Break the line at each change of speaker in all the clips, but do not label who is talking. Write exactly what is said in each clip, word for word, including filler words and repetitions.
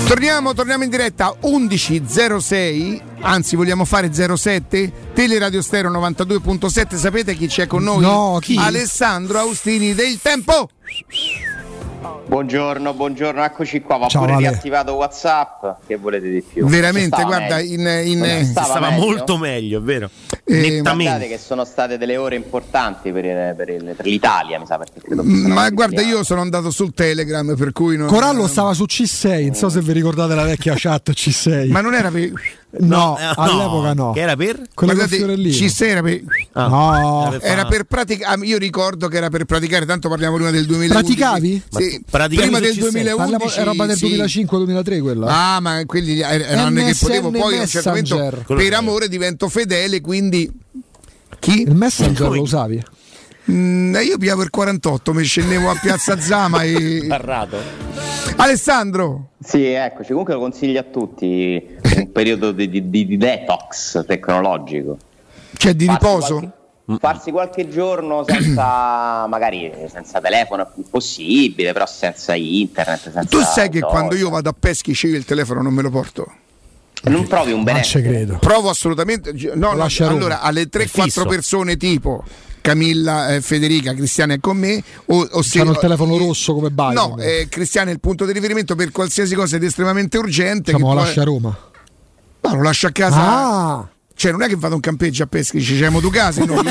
Torniamo, torniamo in diretta undici zero sei, anzi vogliamo fare zero sette, Teleradio Stereo novantadue virgola sette. Sapete chi c'è con noi?
No, chi?
Alessandro Austini del Tempo.
Buongiorno, buongiorno, eccoci qua. Va
Ciao,
pure
Ale.
riattivato WhatsApp. Che volete di più?
Veramente,
Stava
guarda,
meglio.
in, in,
Non stava,
Stava
meglio?
molto meglio, è vero?
Eh,
Nettamente.
Guardate che sono state delle ore importanti per, il- per il- per l'Italia, mi sa, perché credo che sono
ma
anche
guarda,
italiani.
io sono andato sul Telegram, per cui non...
Corallo stava su C sei, non so se vi ricordate la vecchia chat C sei.
Ma non era per...
no,
eh,
all'epoca no.
Che era per?
Quello con
Guardate,
Fiorellino.
C sei era per...
Ah,
No.
era per
Era
fa-
per praticare, io ricordo che era per praticare, tanto parliamo prima del duemilaundici.
Praticavi?
Ma
Sì,
tu praticavi
prima
su
del
C sei?
duemilaundici.
Parliamo, è roba del
sì.
duemilacinque duemilatré quella.
Ah, ma quelli er- erano anni che
M S N
potevo, poi a un certo momento
Messenger.
per amore divento fedele, quindi chi?
Il Messenger
Come?
lo usavi?
Mm, io piavo il quarantotto, mi scendevo a Piazza Zama e...
Barrato.
Alessandro,
Sì, eccoci. Comunque lo consiglio a tutti un periodo di, di- di- di detox tecnologico.
c'è di
Farsi
riposo?
qualche- farsi qualche giorno senza magari senza telefono è più possibile, però senza internet, senza
Tu sai che
social.
quando io vado a Peschici il telefono non me lo porto?
non provi un
Non
benessere.
ci credo.
Provo assolutamente. No, no,
lascia a Roma.
allora alle tre quattro
fisso.
persone tipo Camilla, eh, Federica, Cristiana è con me o, o se
C'hanno il telefono rosso come Biden.
No, eh, Cristiana è il punto di riferimento per qualsiasi cosa ed estremamente urgente.
Diciamo,
che
lo
poi-
lascia a Roma.
No, lo lascio a casa.
Ah,
Cioè, non è che vado a un campeggio a Peschici, c'è Moducasi noi.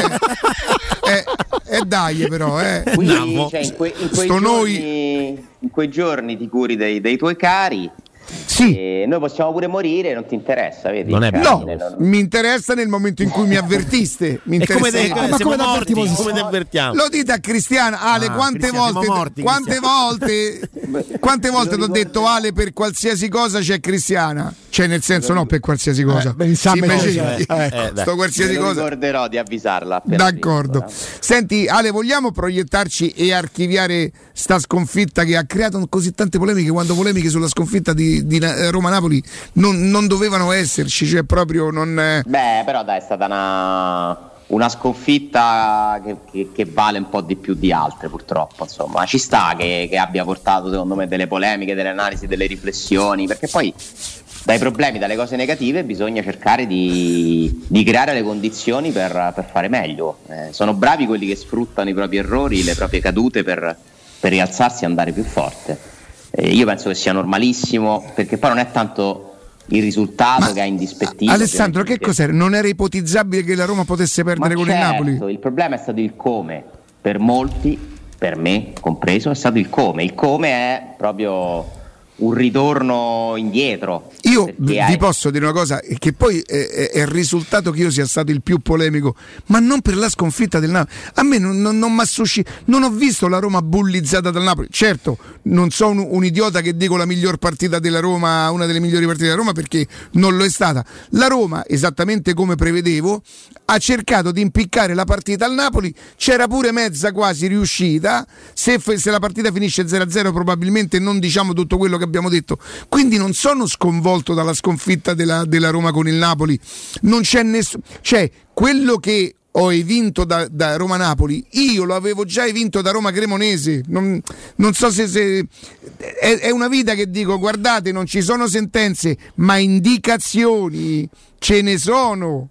Eh. eh, eh, dai, però, eh.
Quindi,
Andiamo.
cioè, in, que- in quei
Sto
giorni, in quei giorni ti curi dei, dei tuoi cari.
Sì.
E noi possiamo pure morire, non ti interessa, vedi?
Non è
Cioè,
No,
non-
mi interessa nel momento in cui mi avvertiste. Mi
E come
interessa.
te,
ma
siamo
come ti
morti,
avvertiamo?
come ti avvertiamo?
Lo dite a Cristiana, Ale,
Ah,
quante
Cristiano,
volte
siamo morti,
quante volte quante volte ti ho detto Ale, per qualsiasi cosa c'è Cristiana? Cioè nel senso no per qualsiasi cosa.
Eh, beh, mi sa
Sì,
me
invece-
cosa, eh,
ecco. Eh, dai.
sto qualsiasi
me lo
cosa.
ricorderò di avvisarla appena
D'accordo.
vinco, no?
Senti Ale, vogliamo proiettarci e archiviare sta sconfitta che ha creato così tante polemiche, quando polemiche sulla sconfitta di, di Na- Roma-Napoli non, non dovevano esserci, cioè proprio non... eh,
Beh, però dai, è stata una, una sconfitta che, che- che vale un po' di più di altre, purtroppo. Insomma, ci sta che, che abbia portato, secondo me, delle polemiche, delle analisi, delle riflessioni, perché poi dai problemi, dalle cose negative bisogna cercare di, di creare le condizioni per, per fare meglio. Eh, sono bravi quelli che sfruttano i propri errori, le proprie cadute per, per rialzarsi e andare più forte. Eh, io penso che sia normalissimo, perché poi non è tanto il risultato
Ma-
che ha indispettito.
Alessandro, che
ovviamente,
cos'era? Non era ipotizzabile che la Roma potesse perdere
ma
con
certo,
il Napoli?
il problema è stato il come. Per molti, per me compreso, è stato il come. Il come è proprio un ritorno indietro.
Io
perché
vi
hai-
posso dire una cosa, e che poi è, è- è il risultato che io sia stato il più polemico, ma non per la sconfitta del Napoli. A me non, non, non m'ha susci- non ho visto la Roma bullizzata dal Napoli. Certo, non sono un, un idiota che dico la miglior partita della Roma, una delle migliori partite della Roma, perché non lo è stata. La Roma, esattamente come prevedevo, ha cercato di impiccare la partita al Napoli, c'era pure mezza quasi riuscita. Se, f- se la partita finisce zero a zero probabilmente non diciamo tutto quello che abbiamo detto, quindi non sono sconvolto dalla sconfitta della, della Roma con il Napoli. Non c'è nessuno, cioè quello che ho evinto da, da Roma-Napoli io lo avevo già evinto da Roma-Cremonese. Non, non so se, se è, è una vita che dico, guardate, non ci sono sentenze ma indicazioni ce ne sono.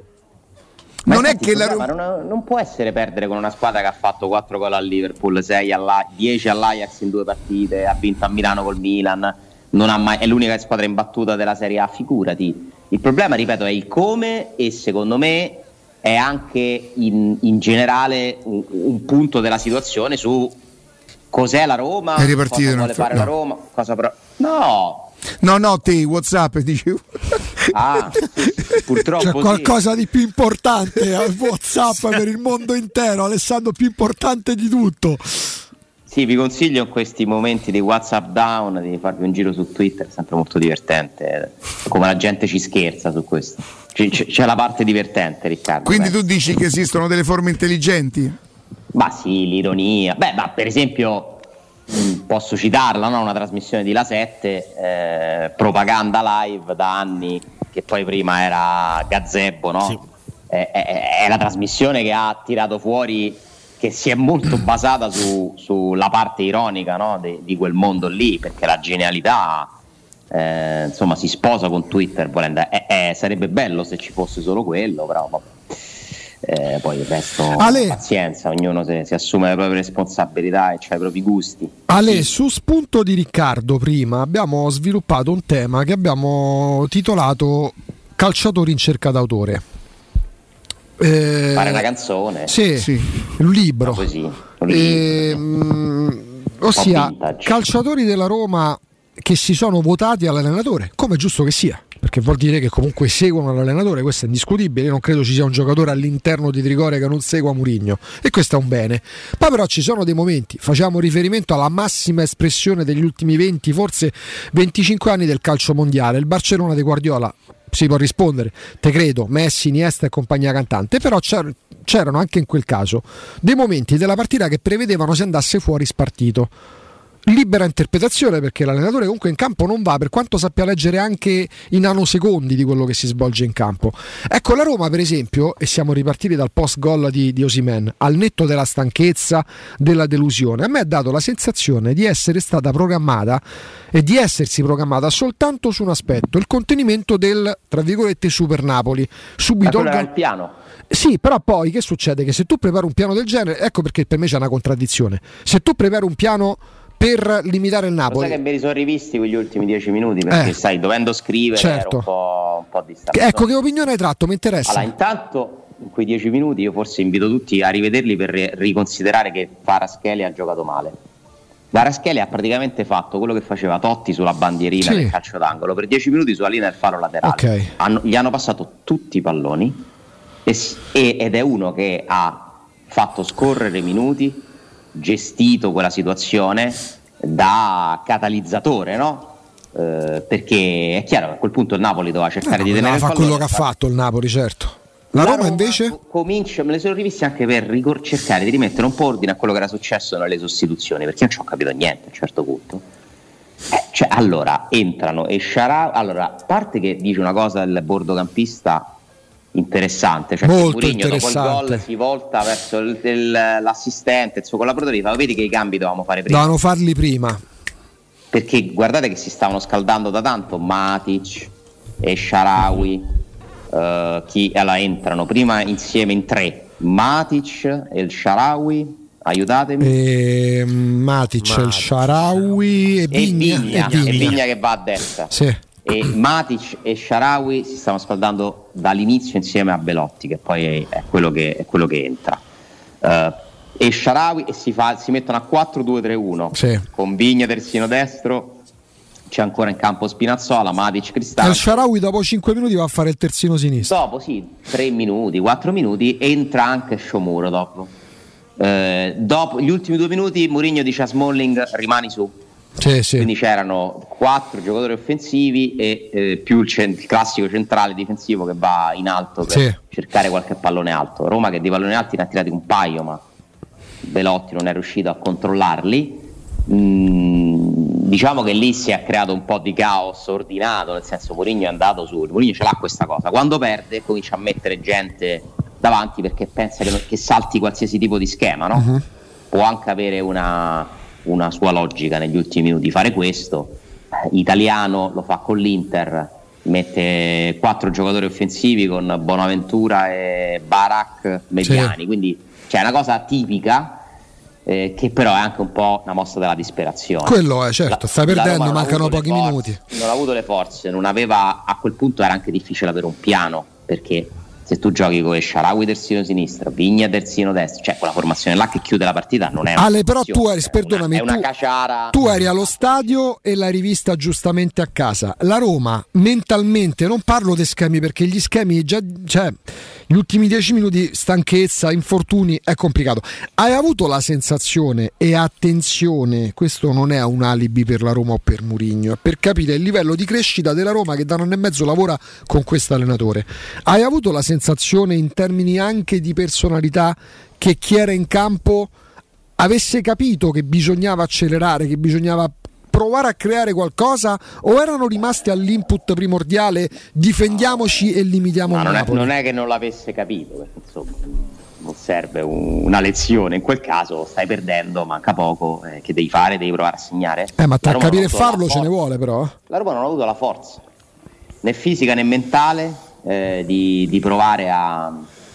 Ma
Non è
infatti
che
il
la
problema non, non può essere perdere con una squadra che ha fatto quattro gol al Liverpool, sei alla, dieci all'Ajax in due partite, ha vinto a Milano col Milan, non ha mai, è l'unica squadra imbattuta della Serie A, figurati. Il problema, ripeto, è il come, e secondo me è anche in, in generale un, un punto della situazione su cos'è la Roma,
È ripartito
cosa
un
vuole
altro-
fare
no.
la Roma, cosa pro- no.
No, no, te, WhatsApp, dicevo.
Ah, purtroppo
c'è
sì.
qualcosa di più importante a WhatsApp per il mondo intero, Alessandro, più importante di tutto.
Sì, vi consiglio in questi momenti di WhatsApp down di farvi un giro su Twitter, è sempre molto divertente, come la gente ci scherza su questo. C- c- c'è la parte divertente, Riccardo.
Quindi
beh.
tu dici che esistono delle forme intelligenti?
Ma sì, l'ironia. Beh, ma per esempio mh, posso citarla, no? Una trasmissione di La sette, eh, propaganda live da anni, che poi prima era Gazebo, no?
Sì.
È, è- è la trasmissione che ha tirato fuori, che si è molto basata su, sulla parte ironica, no? de, di quel mondo lì, perché la genialità eh, insomma si sposa con Twitter volendo, eh, eh, sarebbe bello se ci fosse solo quello, però vabbè. Eh, poi il resto Ale, pazienza, ognuno si, si assume le proprie responsabilità e c'ha i propri gusti.
Ale, sì. Su spunto di Riccardo prima abbiamo sviluppato un tema che abbiamo titolato Calciatori in cerca d'autore.
Eh, fare una canzone,
sì, sì. Un libro,
così, un
eh, mh, ossia calciatori della Roma che si sono votati all'allenatore, come è giusto che sia, perché vuol dire che comunque seguono l'allenatore, questo è indiscutibile. Io non credo ci sia un giocatore all'interno di Trigoria che non segua Mourinho, e questo è un bene. Poi però ci sono dei momenti, facciamo riferimento alla massima espressione degli ultimi venti, forse venticinque anni del calcio mondiale, il Barcellona di Guardiola. Si può rispondere, te credo, Messi, Iniesta e compagnia cantante, però c'erano, c'erano anche in quel caso dei momenti della partita che prevedevano se andasse fuori spartito. Libera interpretazione, perché l'allenatore comunque in campo non va, per quanto sappia leggere anche i nanosecondi di quello che si svolge in campo. Ecco, la Roma per esempio, e siamo ripartiti dal post gol di, di Osimhen, al netto della stanchezza, della delusione, a me ha dato la sensazione di essere stata programmata e di essersi programmata soltanto su un aspetto, il contenimento del, tra virgolette, Super Napoli. Subito
Ma il piano.
Sì, però poi che succede? Che se tu prepari un piano del genere, ecco perché per me c'è una contraddizione, se tu prepari un piano per limitare il Napoli.
Lo sai che me li sono rivisti quegli ultimi dieci minuti, perché eh, sai, dovendo scrivere
certo.
ero un po', un po' distratto.
Ecco, che opinione hai tratto? Mi interessa.
Allora, intanto in quei dieci minuti io forse invito tutti a rivederli per riconsiderare che Kvaratskhelia ha giocato male. Kvaratskhelia ha praticamente fatto quello che faceva Totti sulla bandierina, sì, del calcio d'angolo, per dieci minuti sulla linea del faro laterale.
Okay.
Hanno, gli hanno passato tutti i palloni e, e, ed è uno che ha fatto scorrere minuti, gestito quella situazione da catalizzatore, no? Eh, perché è chiaro che a quel punto il Napoli doveva cercare
no,
di tenere il
fa quello che ha fatto il Napoli, certo. La, la Roma, Roma invece
comincia, me le sono rivisti anche per ricor- cercare di rimettere un po' ordine a quello che era successo nelle sostituzioni, perché non ci ho capito niente a un certo punto. Eh, cioè, allora entrano e Sharawi, allora a parte che dice una cosa del bordocampista interessante, cioè
molto
che Mourinho dopo il
interessante.
gol si volta verso il, il, l'assistente, il suo collaboratore, fa: vedi che i cambi dovevamo fare prima,
dovevano farli prima,
perché guardate che si stavano scaldando da tanto Matic e Sharawi. Uh, chi allora, entrano prima insieme in tre, Matic e il Sharawi, aiutatemi,
e Matic, Matic, il Sharawi e Vigna,
e Vigna,
e Vigna.
E Vigna che va a destra,
sì.
E Matic e Sharawi si stavano scaldando dall'inizio insieme a Belotti, che poi è, è, quello, che, è quello che entra, uh, e Sharawi, e si, fa, si mettono a quattro due tre uno,
sì,
con Vigna terzino destro. C'è ancora in campo Spinazzola, Matic, Cristante.
Il Sharawi dopo cinque minuti va a fare il terzino sinistro.
Dopo sì, tre minuti, quattro minuti, entra anche Sciomuro dopo. Eh, dopo gli ultimi due minuti Mourinho dice a Smalling: rimani su.
Sì, sì.
Quindi c'erano quattro giocatori offensivi e eh, più il, cent- il classico centrale difensivo che va in alto per
sì.
cercare qualche pallone alto. Roma che di palloni alti ne ha tirati un paio, ma Belotti non è riuscito a controllarli. Mm, diciamo che lì si è creato un po' di caos ordinato, nel senso Mourinho è andato su, Mourinho ce l'ha questa cosa, quando perde comincia a mettere gente davanti perché pensa che, che salti qualsiasi tipo di schema, no? Uh-huh. Può anche avere una, una sua logica negli ultimi minuti fare questo. Italiano lo fa con l'Inter, mette quattro giocatori offensivi con Bonaventura e Barak mediani, sì. Quindi c'è una cosa tipica. Eh, che però è anche un po' una mossa della disperazione.
Quello è, certo, stai perdendo, mancano pochi
forze,
minuti.
Non ha avuto le forze, non aveva, a quel punto era anche difficile avere un piano, perché se tu giochi con Sharawi terzino sinistro, Vigna terzino destro, cioè quella formazione là che chiude la partita non è una
Ale, però tu eri, perdonami,
è una,
tu,
è una caciara.
Tu eri allo stadio e l'hai rivista giustamente a casa. La Roma mentalmente, non parlo di schemi perché gli schemi già, cioè gli ultimi dieci minuti, stanchezza, infortuni, è complicato. Hai avuto la sensazione, e attenzione, questo non è un alibi per la Roma o per Mourinho, è per capire il livello di crescita della Roma che da un anno e mezzo lavora con questo allenatore. Hai avuto la sensazione in termini anche di personalità che chi era in campo avesse capito che bisognava accelerare, che bisognava provare a creare qualcosa, o erano rimasti all'input primordiale difendiamoci e limitiamo
no,
il
non, è,
Napoli?
non è che non l'avesse capito, perché insomma non serve un, una lezione, in quel caso stai perdendo, manca poco, eh, che devi fare? Devi provare a segnare?
Eh, ma tra capire e farlo ce ne vuole però.
La Roma non ha avuto la forza, né fisica né mentale, eh, di, di provare a,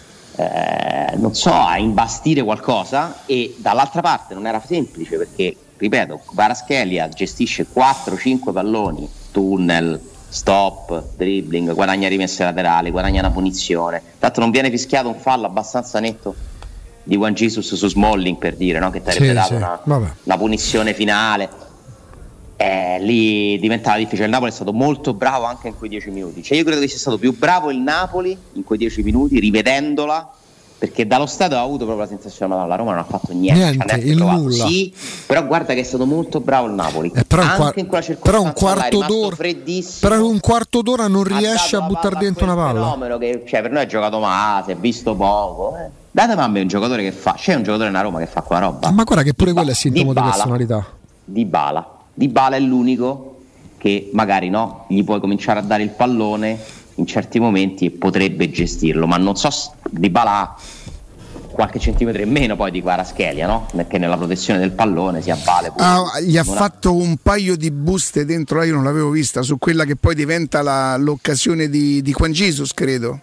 eh, non so, a imbastire qualcosa, e dall'altra parte non era semplice perché, ripeto, Kvaratskhelia gestisce quattro cinque palloni, tunnel, stop, dribbling, guadagna rimesse laterali, guadagna una punizione. Tanto non viene fischiato un fallo abbastanza netto di Juan Jesus su Smalling, per dire, no? Che ti avrebbe
sì,
dato
sì.
una, una punizione finale. Eh, lì diventava difficile. Il Napoli è stato molto bravo anche in quei dieci minuti. Cioè io credo che sia stato più bravo il Napoli in quei dieci minuti, rivedendola, perché dallo stadio ho avuto proprio la sensazione che la Roma non ha fatto niente,
niente il nulla.
Sì, però guarda che è stato molto bravo il Napoli,
eh, però
anche
quar-
in quella circostanza.
Però un quarto d'ora, però un quarto d'ora non riesce a buttare dentro una palla.
Fenomeno che, cioè, per noi ha giocato male, si è visto poco. Eh. Datemi a me un giocatore che fa, c'è un giocatore nella Roma che fa quella roba.
Ma guarda che pure
Di
quello è sintomo
Dybala,
di personalità.
Dybala. Dybala è l'unico che magari no, gli puoi cominciare a dare il pallone in certi momenti e potrebbe gestirlo, ma non so se Dybala ha qualche centimetro in meno poi di Kvaratskhelia, no? Perché nella protezione del pallone si avvale pure.
Ah, gli ha
non
fatto ha... un paio di buste dentro, io non l'avevo vista, su quella che poi diventa la, l'occasione di, di Juan Jesus, credo.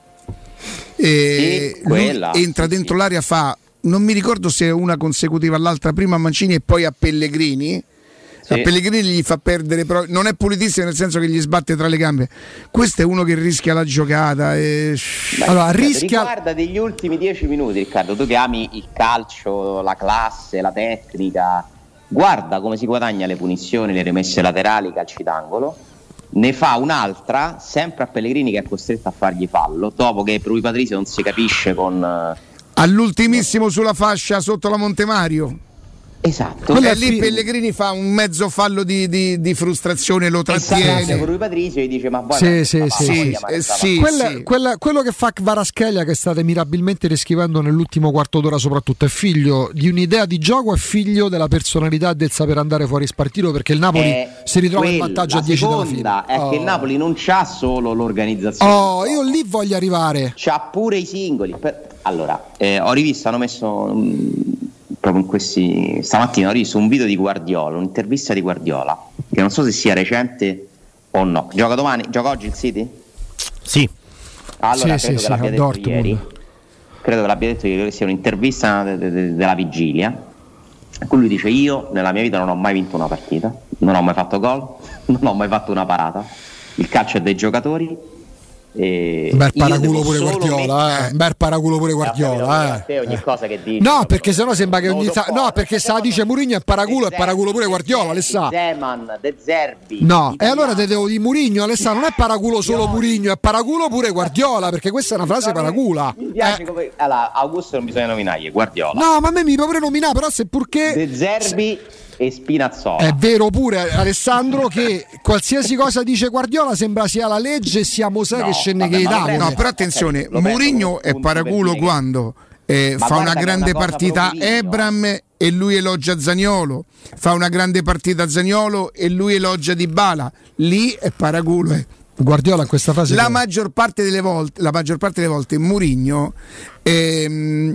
E
sì, quella,
entra
sì,
dentro
sì.
l'area, fa, non mi ricordo se è una consecutiva all'altra, prima a Mancini e poi a Pellegrini. Sì. A Pellegrini gli fa perdere, però non è pulitissimo nel senso che gli sbatte tra le gambe. Questo è uno che rischia la giocata e...
Beh,
allora, rischia...
Riguarda degli ultimi dieci minuti, Riccardo, tu che ami il calcio, la classe, la tecnica, guarda come si guadagna le punizioni, le rimesse laterali, i calci d'angolo. Ne fa un'altra sempre a Pellegrini, che è costretto a fargli fallo dopo che Rui Patricio non si capisce con...
all'ultimissimo sulla fascia sotto la Montemario.
Esatto,
e lì Pellegrini fa un mezzo fallo di, di, di frustrazione, lo trattiene
con Rui Patricio e dice ma
sì, sì, sì,
sì, eh, sì,
quella,
sì.
Quella, quello che fa Kvaratskhelia, che state mirabilmente descrivendo nell'ultimo quarto d'ora soprattutto, è figlio di un'idea di gioco, è figlio della personalità, del saper andare fuori spartito, perché il Napoli
è
si ritrova
quella,
in vantaggio a dieci dalla fine.
È
oh.
che il Napoli non c'ha solo l'organizzazione,
oh io lì voglio arrivare,
c'ha pure i singoli. Allora eh, ho rivisto, hanno messo um, proprio in questi stamattina ho visto un video di Guardiola, un'intervista di Guardiola che non so se sia recente o no. Gioca domani, gioca oggi il City?
Sì.
Allora
sì,
credo
sì,
che l'abbia
sì,
detto
Dortmund.
ieri. Credo che l'abbia detto ieri, che sia un'intervista de- de- de- della vigilia. In cui lui dice: io nella mia vita non ho mai vinto una partita, non ho mai fatto gol, non ho mai fatto una parata. Il calcio è dei giocatori. E
bel paraculo pure Guardiola,
mettere...
eh. bel paraculo pure Guardiola,
eh. ogni cosa che dici,
no, perché sennò sembra che ogni
so
th- no, perché se la dice Mourinho è paraculo, è paraculo pure Guardiola, le sa.
Zeman, De Zerbi.
No, e allora te devo di Mourinho, Alessandro, non è paraculo solo Mourinho, è paraculo pure Guardiola, perché questa è una frase paracula.
Mi piace
eh.
come allora, Augusto non bisogna nominargli, Guardiola.
No, ma a me mi può pure nominare, però se purché
De Zerbi e Spinazzola.
È vero pure, Alessandro, che qualsiasi cosa dice Guardiola sembra sia la legge, sia Mosè no, che scende che i dati.
No, però attenzione, okay, Mourinho è paraculo quando eh, fa una grande una partita Ebram e lui elogia Zaniolo, fa una grande partita Zaniolo e lui elogia Dybala. Lì è paraculo. Eh.
Guardiola in questa fase
la maggior parte delle volte, la maggior parte delle volte Mourinho ehm,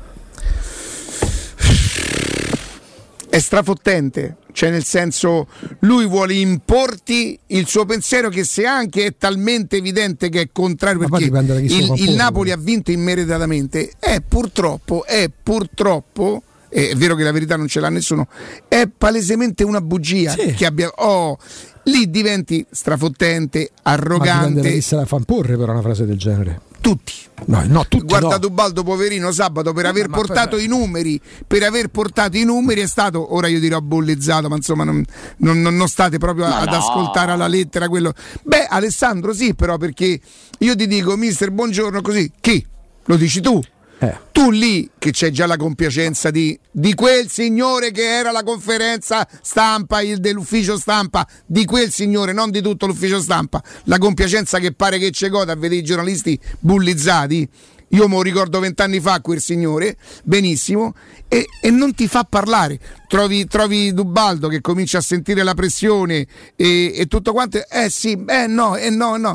è strafottente, cioè nel senso lui vuole importi il suo pensiero, che se anche è talmente evidente che è contrario, perché il, il Napoli ha vinto immeritatamente, è purtroppo è purtroppo è vero che la verità non ce l'ha nessuno, è palesemente una bugia, sì. Che abbia oh, lì diventi strafottente, arrogante.
Ma se la fan porre per una frase del genere.
Tutti.
No, no, tutti
guarda
no.
Dubaldo poverino sabato per no, aver portato per... i numeri per aver portato i numeri è stato, ora io dirò bullizzato, ma insomma non, non, non state proprio ma ad no. ascoltare alla lettera quello. Beh, Alessandro sì, però, perché io ti dico mister buongiorno così, chi? Lo dici tu? Eh. Tu lì che c'è già la compiacenza di, di quel signore che era la conferenza stampa, il dell'ufficio stampa, di quel signore, non di tutto l'ufficio stampa, la compiacenza che pare che c'è goda a vedere i giornalisti bullizzati. Io me lo ricordo vent'anni fa quel signore, benissimo, e, e non ti fa parlare. Trovi, trovi Dubaldo che comincia a sentire la pressione e, e tutto quanto, eh sì, eh no, eh no, no. E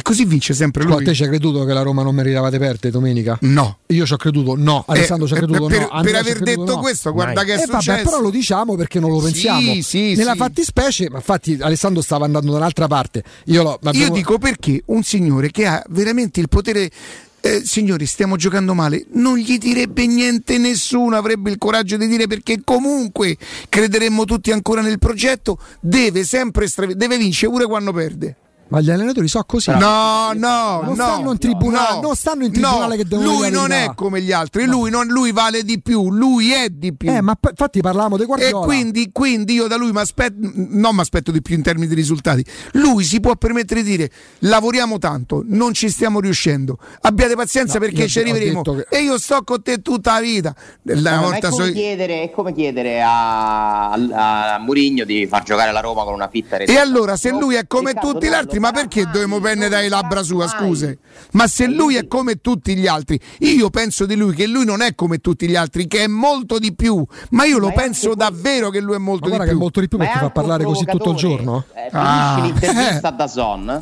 così vince sempre lui.
Ma te ci hai creduto che la Roma non meritavate perdere domenica?
No.
Io ci ho creduto no, Alessandro
eh,
ci ha creduto
per,
no.
Per aver detto
no.
questo, guarda
Mai.
che è
eh,
successo.
Vabbè, però lo diciamo perché non lo pensiamo.
Sì, sì,
Nella
sì.
fattispecie, ma infatti Alessandro stava andando da un'altra parte. Io, lo,
Io dico perché un signore che ha veramente il potere. Eh, signori, stiamo giocando male, non gli direbbe niente nessuno, avrebbe il coraggio di dire, perché comunque crederemmo tutti ancora nel progetto, deve sempre stra- deve vincere pure quando perde.
Ma gli allenatori sono così.
No, no,
non
no,
stanno in tribunale,
no,
non stanno in tribunale
no,
che devono
lui non è come gli altri, no. lui, non, lui vale di più, lui è di più.
Eh, ma p- infatti parlavamo di Guardiola.
E quindi, quindi io da lui mi aspetto, non mi aspetto di più in termini di risultati. Lui si può permettere di dire: lavoriamo tanto, non ci stiamo riuscendo. Abbiate pazienza, no, perché ci arriveremo. Che... E io sto con te tutta la vita. La
no,
volta
è, come
so...
chiedere, è come chiedere a, a, a Mourinho di far giocare la Roma con una fitta rete.
E allora, se lui è come Riccardo, tutti gli altri, ma perché dobbiamo penne dai labbra sua, scuse? Ma se lui è come tutti gli altri, io penso di lui che lui non è come tutti gli altri, che è molto di più, ma io lo ma penso davvero che lui è molto
ma
di più.
Che è molto di più perché fa parlare così tutto il giorno.
Eh, finisce ah. l'intervista da Zon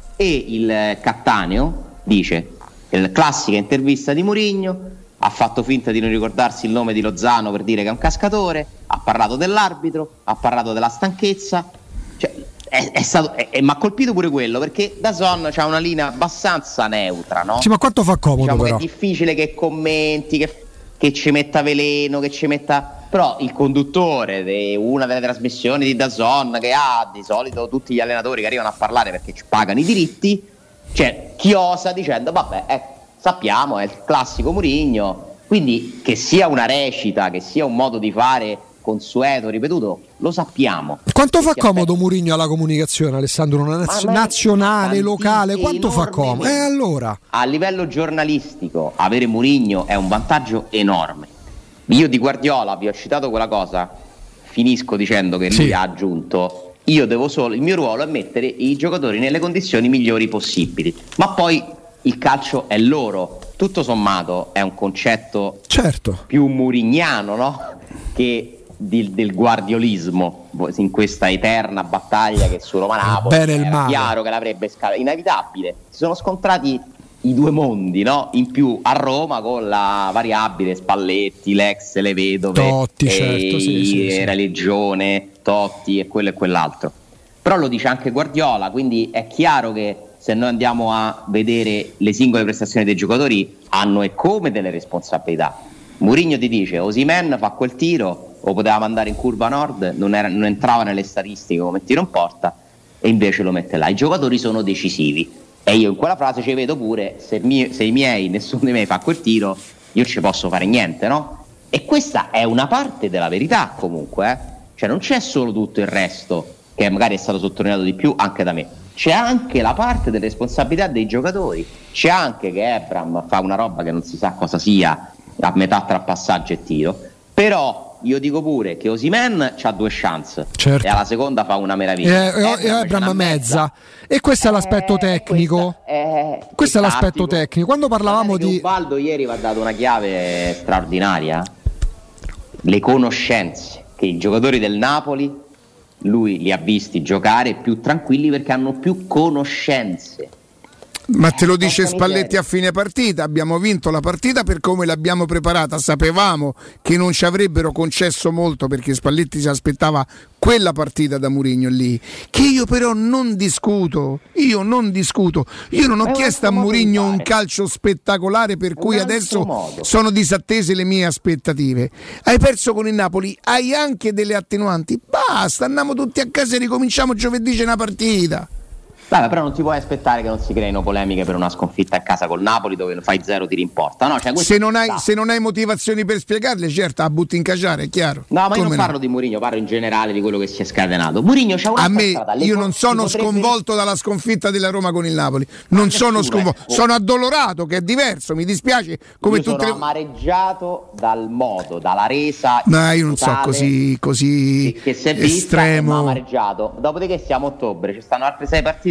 e il Cattaneo dice, la classica intervista di Mourinho, ha fatto finta di non ricordarsi il nome di Lozano per dire che è un cascatore, ha parlato dell'arbitro, ha parlato della stanchezza, cioè È, è stato, è, è, mi ha colpito pure quello, perché DAZN c'ha una linea abbastanza neutra, no?
Sì, ma quanto fa comodo,
diciamo
però.
Che è difficile che commenti, che, che ci metta veleno, che ci metta. Però il conduttore di una delle trasmissioni di DAZN, che ha di solito tutti gli allenatori che arrivano a parlare perché ci pagano i diritti, cioè chiosa dicendo vabbè, eh, sappiamo, è il classico Mourinho. Quindi che sia una recita, che sia un modo di fare consueto, ripetuto, lo sappiamo.
Quanto fa comodo Mourinho alla comunicazione, Alessandro? Una naz- nazionale, locale, quanto fa comodo? E eh, allora?
A livello giornalistico, avere Mourinho è un vantaggio enorme. Io di Guardiola vi ho citato quella cosa, finisco dicendo che lui sì. ha aggiunto: io devo solo, il mio ruolo è mettere i giocatori nelle condizioni migliori possibili, ma poi il calcio è loro. Tutto sommato è un concetto
certo.
più mourignano, no? Che Di, del guardiolismo in questa eterna battaglia che su Roma Napoli era chiaro che l'avrebbe scalato, inevitabile. Si sono scontrati i due mondi, no? In più a Roma con la variabile Spalletti, l'ex, le vedove,
Totti, certo, sì, sì,
era
sì.
Legione, Totti e quello e quell'altro. Però lo dice anche Guardiola, quindi è chiaro che se noi andiamo a vedere le singole prestazioni dei giocatori, hanno e come delle responsabilità. Mourinho ti dice: Osimhen fa quel tiro, lo poteva mandare in curva nord, non, era, non entrava nelle statistiche come tiro in porta, e invece lo mette là. I giocatori sono decisivi, e io in quella frase ci vedo pure: se, mie, se i miei, nessuno di me fa quel tiro, io ci posso fare niente, no? E questa è una parte della verità comunque, eh? Cioè non c'è solo tutto il resto che magari è stato sottolineato di più anche da me, c'è anche la parte delle responsabilità dei giocatori, c'è anche che Ebram fa una roba che non si sa cosa sia a metà tra passaggio e tiro, però io dico pure che Osimhen c'ha due chance,
certo.
e alla seconda fa una meraviglia,
e, e Ebram mezza. E questo è l'aspetto eh, tecnico
questa, eh,
questo è l'aspetto tecnico. Quando parlavamo di
Ubaldo ieri mi ha dato una chiave straordinaria: le conoscenze, che i giocatori del Napoli lui li ha visti giocare più tranquilli perché hanno più conoscenze.
Ma te lo dice Spalletti a fine partita: abbiamo vinto la partita per come l'abbiamo preparata, sapevamo che non ci avrebbero concesso molto, perché Spalletti si aspettava quella partita da Mourinho lì, che io però non discuto, io non discuto, io non ho chiesto a Mourinho un calcio spettacolare per cui adesso modo. sono disattese le mie aspettative. Hai perso con il Napoli, hai anche delle attenuanti, basta, andiamo tutti a casa e ricominciamo giovedì, c'è una partita.
Vabbè, però non ti puoi aspettare che non si creino polemiche per una sconfitta a casa col Napoli dove fai zero tiri in porta, no? Cioè,
se, non hai, se non hai motivazioni per spiegarle, certo, la butti in caciare, è chiaro.
No, ma
Come
io non
no?
parlo di Mourinho, parlo in generale di quello che si è scatenato. Mourinho c'ha una
A me,
strada,
io non sono potrebbe... sconvolto dalla sconfitta della Roma con il Napoli, non ma sono sconvolto, è... sono addolorato, che è diverso, mi dispiace. Come
io
tutte
sono
le...
amareggiato dal modo, dalla resa.
Ma io non so, così, così
che, che si è vista,
estremo.
Ma amareggiato. Dopodiché siamo a ottobre, ci stanno altre sei partite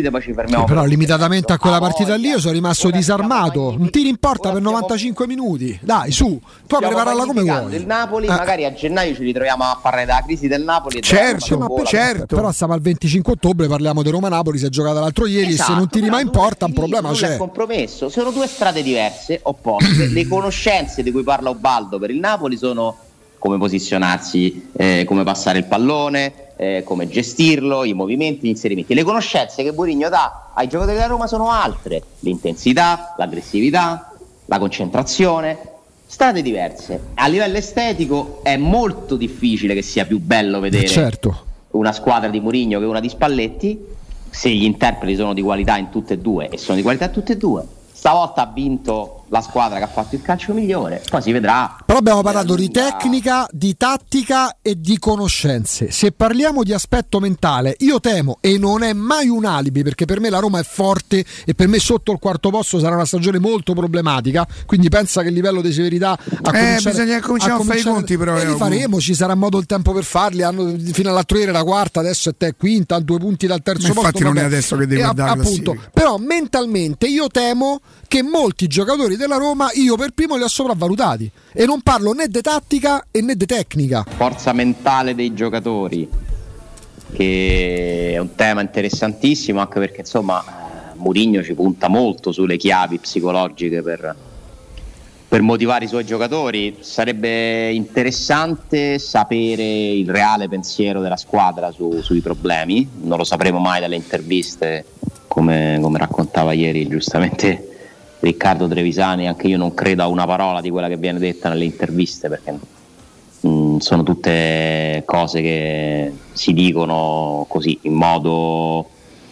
partite, poi ci fermiamo.
Sì, però limitatamente a quella partita lì io sono rimasto disarmato. Un tiro in porta per novantacinque minuti. Dai, su, puoi prepararla come vuoi.
Il Napoli,
ah.
magari a gennaio ci ritroviamo a parlare della crisi del Napoli.
Certo, ma
per,
certo.
Però stiamo al venticinque ottobre, parliamo di Roma-Napoli, si è giocata l'altro ieri, esatto, e se non tiri mai in porta un problema c'è.
È compromesso. Sono due strade diverse, opposte. Le conoscenze di cui parla Ubaldo per il Napoli sono come posizionarsi, eh, come passare il pallone, Eh, come gestirlo, i movimenti, gli inserimenti. Le conoscenze che Mourinho dà ai giocatori della Roma sono altre: l'intensità, l'aggressività, la concentrazione, strade diverse. A livello estetico è molto difficile che sia più bello vedere
certo.
una squadra di Mourinho che una di Spalletti, se gli interpreti sono di qualità in tutte e due, e sono di qualità tutte e due. Stavolta ha vinto la squadra che ha fatto il calcio migliore, poi si vedrà.
Però abbiamo parlato di tecnica, di tattica e di conoscenze. Se parliamo di aspetto mentale, io temo, e non è mai un alibi, perché per me la Roma è forte e per me sotto il quarto posto sarà una stagione molto problematica, quindi pensa che il livello di severità a
eh, bisogna cominciare a, a fare i conti, però
e li faremo, ci sarà modo il tempo per farli. Hanno, fino all'altro ieri era quarta, adesso è te quinta, a due punti dal terzo posto.
Infatti non è adesso che devi guardare,
appunto. Però mentalmente io temo che molti giocatori della Roma io per primo li ho sopravvalutati, e non parlo né di tattica e né di tecnica.
Forza mentale dei giocatori, che è un tema interessantissimo, anche perché insomma Mourinho ci punta molto sulle chiavi psicologiche per, per motivare i suoi giocatori. Sarebbe interessante sapere il reale pensiero della squadra su, sui problemi, non lo sapremo mai dalle interviste, come, come raccontava ieri giustamente Riccardo Trevisani. Anche io non credo a una parola di quella che viene detta nelle interviste, perché mh, sono tutte cose che si dicono così in modo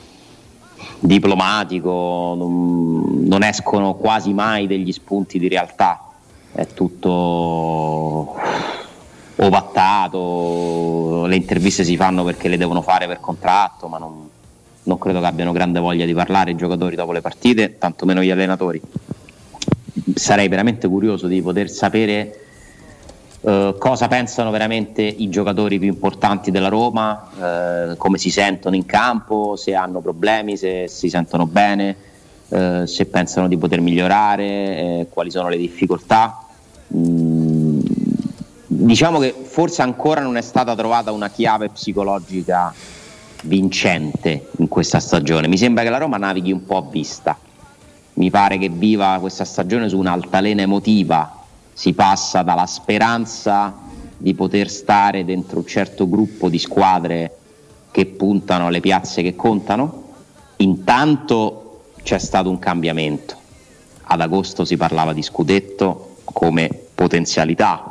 diplomatico, non, non escono quasi mai degli spunti di realtà, è tutto ovattato, le interviste si fanno perché le devono fare per contratto, ma non non credo che abbiano grande voglia di parlare i giocatori dopo le partite, tantomeno gli allenatori. Sarei veramente curioso di poter sapere uh, cosa pensano veramente i giocatori più importanti della Roma, uh, come si sentono in campo, se hanno problemi, se si sentono bene, uh, se pensano di poter migliorare, eh, quali sono le difficoltà. Mm, diciamo che forse ancora non è stata trovata una chiave psicologica vincente in questa stagione. Mi sembra che la Roma navighi un po' a vista, mi pare che viva questa stagione su un'altalena emotiva, si passa dalla speranza di poter stare dentro un certo gruppo di squadre che puntano alle piazze che contano. Intanto c'è stato un cambiamento, ad agosto si parlava di scudetto come potenzialità,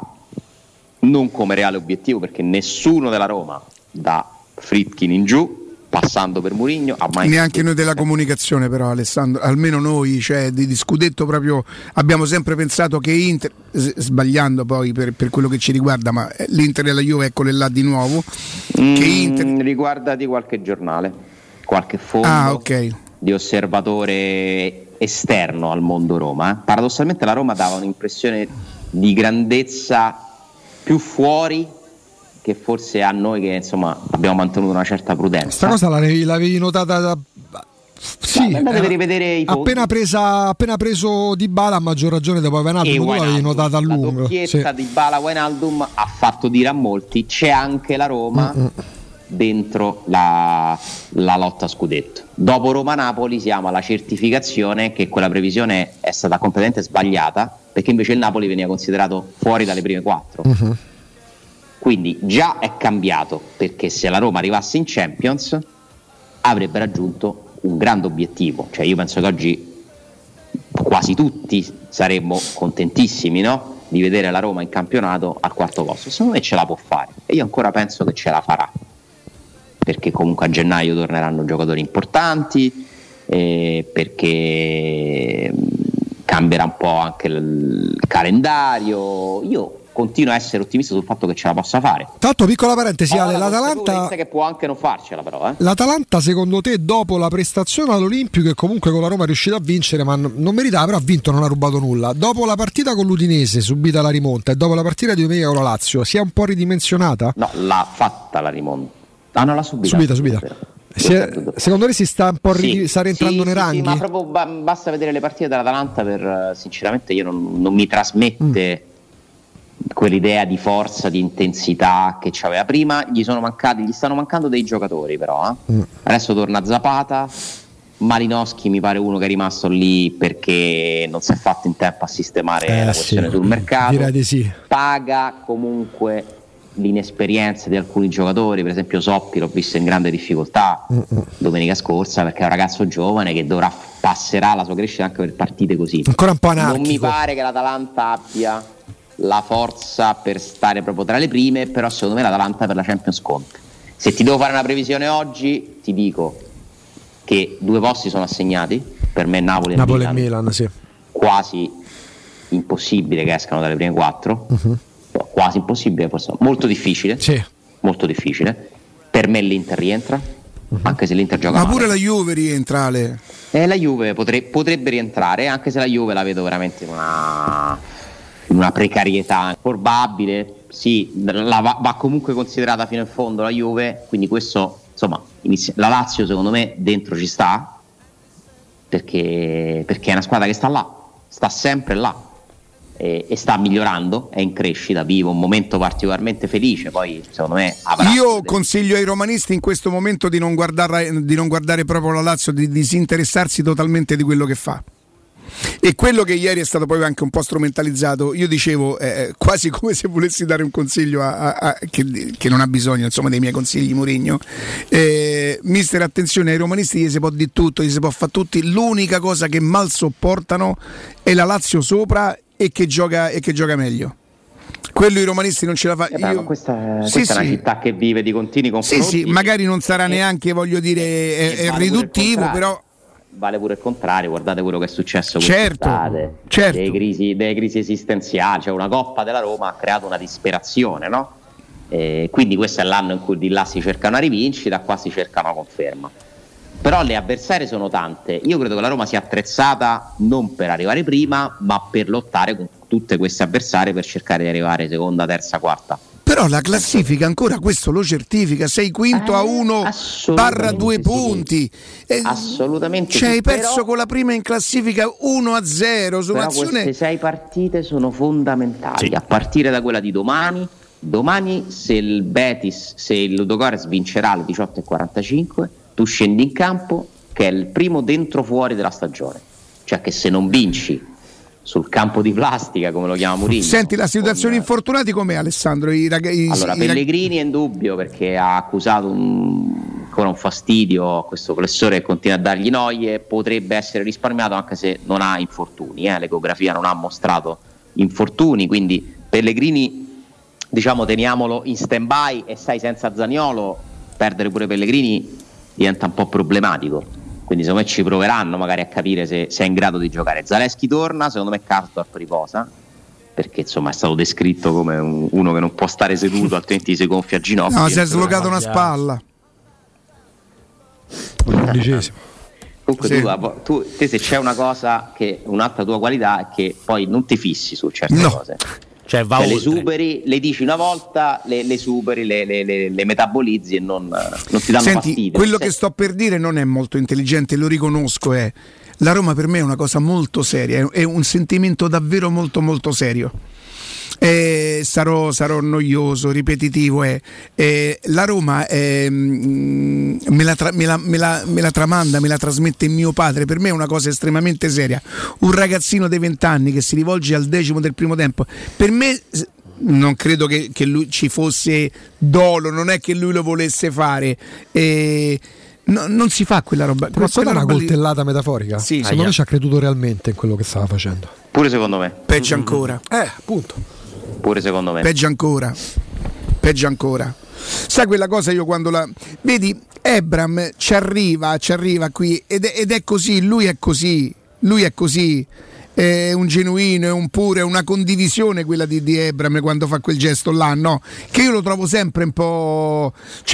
non come reale obiettivo, perché nessuno della Roma, da Friedkin in giù, passando per Mourinho, ha mai
neanche noi della comunicazione, però Alessandro, almeno noi, cioè di, di scudetto proprio abbiamo sempre pensato che Inter, sbagliando poi per, per quello che ci riguarda, ma l'Inter e la Juve, eccole là di nuovo,
mm,
che Inter...
riguarda di qualche giornale, qualche fondo
ah, okay.
di osservatore esterno al mondo Roma. eh. Paradossalmente la Roma dava un'impressione di grandezza più fuori che forse a noi, che insomma abbiamo mantenuto una certa prudenza.
Questa cosa l'avevi, l'avevi notata da... Sì,
no, andate a rivedere i
appena, presa, appena preso Dybala, a maggior ragione dopo Wijnaldum, tu l'avevi notata a lungo.
La doppietta
sì.
Dybala Wijnaldum ha fatto dire a molti c'è anche la Roma Mm-mm. dentro la, la lotta a scudetto. Dopo Roma-Napoli siamo alla certificazione che quella previsione è stata completamente sbagliata, perché invece il Napoli veniva considerato fuori dalle prime quattro. Uh-huh. Quindi già è cambiato, perché se la Roma arrivasse in Champions avrebbe raggiunto un grande obiettivo. Cioè io penso che oggi quasi tutti saremmo contentissimi, no? Di vedere la Roma in campionato al quarto posto. Secondo me ce la può fare, e io ancora penso che ce la farà, perché comunque a gennaio torneranno giocatori importanti, eh, perché cambierà un po' anche il calendario. Io continuo a essere ottimista sul fatto che ce la possa fare.
Tanto, piccola parentesi, Ale,
la
l'Atalanta
che può anche non farcela, però eh.
L'Atalanta secondo te, dopo la prestazione all'Olimpico, e comunque con la Roma è riuscita a vincere, ma non meritava, però ha vinto, non ha rubato nulla, dopo la partita con l'Udinese subita la rimonta e dopo la partita di domenica con la Lazio, si è un po' ridimensionata?
No, l'ha fatta la rimonta. Ah, non l'ha subita.
Subita, subita. Se, secondo lei si sta un po' ri-
sì,
sta rientrando
sì,
nei
sì,
ranghi?
Sì, ma proprio ba- basta vedere le partite dell'Atalanta per sinceramente io non, non mi trasmette mm. quell'idea di forza, di intensità che c'aveva prima. Gli sono mancati, gli stanno mancando dei giocatori però. Eh. Mm. Adesso torna Zapata. Malinowski mi pare uno che è rimasto lì perché non si è fatto in tempo a sistemare
eh,
la questione
sì.
sul mercato.
Direi di sì.
Paga comunque l'inesperienza di alcuni giocatori, per esempio Soppi l'ho visto in grande difficoltà Mm-mm. domenica scorsa perché è un ragazzo giovane che dovrà passerà la sua crescita anche per partite così.
Ancora un po' anarchico.
Non mi pare che l'Atalanta abbia la forza per stare proprio tra le prime, però secondo me l'Atalanta per la Champions conta. Se ti devo fare una previsione oggi ti dico che due posti sono assegnati, per me Napoli e
Napoli
Milan,
e Milan sì.
quasi impossibile che escano dalle prime quattro,
uh-huh.
no, quasi impossibile, molto difficile,
sì.
molto difficile. Per me l'Inter rientra, uh-huh. anche se l'Inter gioca
ma
male.
Pure la Juve rientra, Ale.
Eh, la Juve potre, potrebbe rientrare, anche se la Juve la vedo veramente in una, in una precarietà probabile, sì, la va, va comunque considerata fino in fondo la Juve, quindi questo insomma inizia, la Lazio secondo me dentro ci sta perché, perché è una squadra che sta là, sta sempre là e, e sta migliorando, è in crescita, vive un momento particolarmente felice, poi secondo me avrà
io consiglio ai romanisti in questo momento di non guardare, di non guardare proprio la Lazio, di disinteressarsi totalmente di quello che fa. E quello che ieri è stato poi anche un po' strumentalizzato, io dicevo eh, quasi come se volessi dare un consiglio a, a, a, che, che non ha bisogno insomma dei miei consigli Mourinho, eh, mister attenzione ai romanisti, gli si può di tutto, gli si può fare tutti, l'unica cosa che mal sopportano è la Lazio sopra e che gioca, e che gioca meglio. Quello i romanisti non ce la fanno.
Eh beh, questa, questa sì, è una sì. città che vive di continui confronti.
Sì, sì, magari non sarà neanche, voglio dire, è, è vale riduttivo, però
vale pure il contrario, guardate quello che è successo
certo, certo.
delle crisi, delle crisi esistenziali, cioè una Coppa della Roma ha creato una disperazione, no? E quindi questo è l'anno in cui di là si cerca una rivincita, qua si cerca una conferma. Però le avversarie sono tante, io credo che la Roma sia attrezzata non per arrivare prima, ma per lottare con tutte queste avversarie per cercare di arrivare seconda, terza, quarta.
Però la classifica ancora questo lo certifica, sei quinto eh, a uno barra due sì. punti
eh, assolutamente
cioè
sì,
hai perso
però,
con la prima in classifica uno a zero su
però
un'azione.
Queste sei partite sono fondamentali sì. a partire da quella di domani. Domani se il Betis, se il Ludogorets vincerà alle diciotto e quarantacinque, tu scendi in campo che è il primo dentro fuori della stagione, cioè che se non vinci sul campo di plastica come lo chiama Mourinho.
Senti la situazione con... infortunati com'è Alessandro? I rag... I...
Allora
i...
Pellegrini è in dubbio perché ha accusato un... ancora un fastidio a questo flessore che continua a dargli noie, potrebbe essere risparmiato anche se non ha infortuni, eh? L'ecografia non ha mostrato infortuni, quindi Pellegrini diciamo teniamolo in stand by e stai senza Zaniolo, perdere pure Pellegrini diventa un po' problematico. Quindi secondo me ci proveranno magari a capire se, se è in grado di giocare. Zaleschi torna, secondo me Karsdorp riposa, perché insomma è stato descritto come un, uno che non può stare seduto altrimenti si gonfia a ginocchio.
No, si è slogato una spalla.
Undicesimo.
Comunque sì. tu, tu te se c'è una cosa che un'altra tua qualità è che poi non ti fissi su certe
no.
cose.
Cioè, va
cioè le superi, le dici una volta, le, le superi, le, le, le, le metabolizzi e non, non ti danno
Senti,
fastidio.
quello
Se...
che sto per dire non è molto intelligente, lo riconosco, è la Roma per me è una cosa molto seria, è un sentimento davvero molto molto serio. Eh, sarò, sarò noioso, ripetitivo è, eh, la Roma eh, me, la tra, me, la, me, la, me la tramanda, me la trasmette mio padre, per me è una cosa estremamente seria, un ragazzino dei vent'anni che si rivolge al decimo del primo tempo, per me non credo che, che lui ci fosse dolo, non è che lui lo volesse fare, eh, no, non si fa quella roba.
Ma quella è una coltellata lì... metaforica?
Sì,
secondo ah, me ci ha creduto realmente in quello che stava facendo.
Pure secondo me.
Peggio ancora.
Eh, appunto.
Pure secondo me.
Peggio ancora. Peggio ancora. Sai quella cosa io quando la vedi Ebram ci arriva, ci arriva qui ed è, ed è così, lui è così, lui è così. È un genuino, è un pure, è una condivisione quella di, di Ebram quando fa quel gesto là, no? Che io lo trovo sempre un po', cioè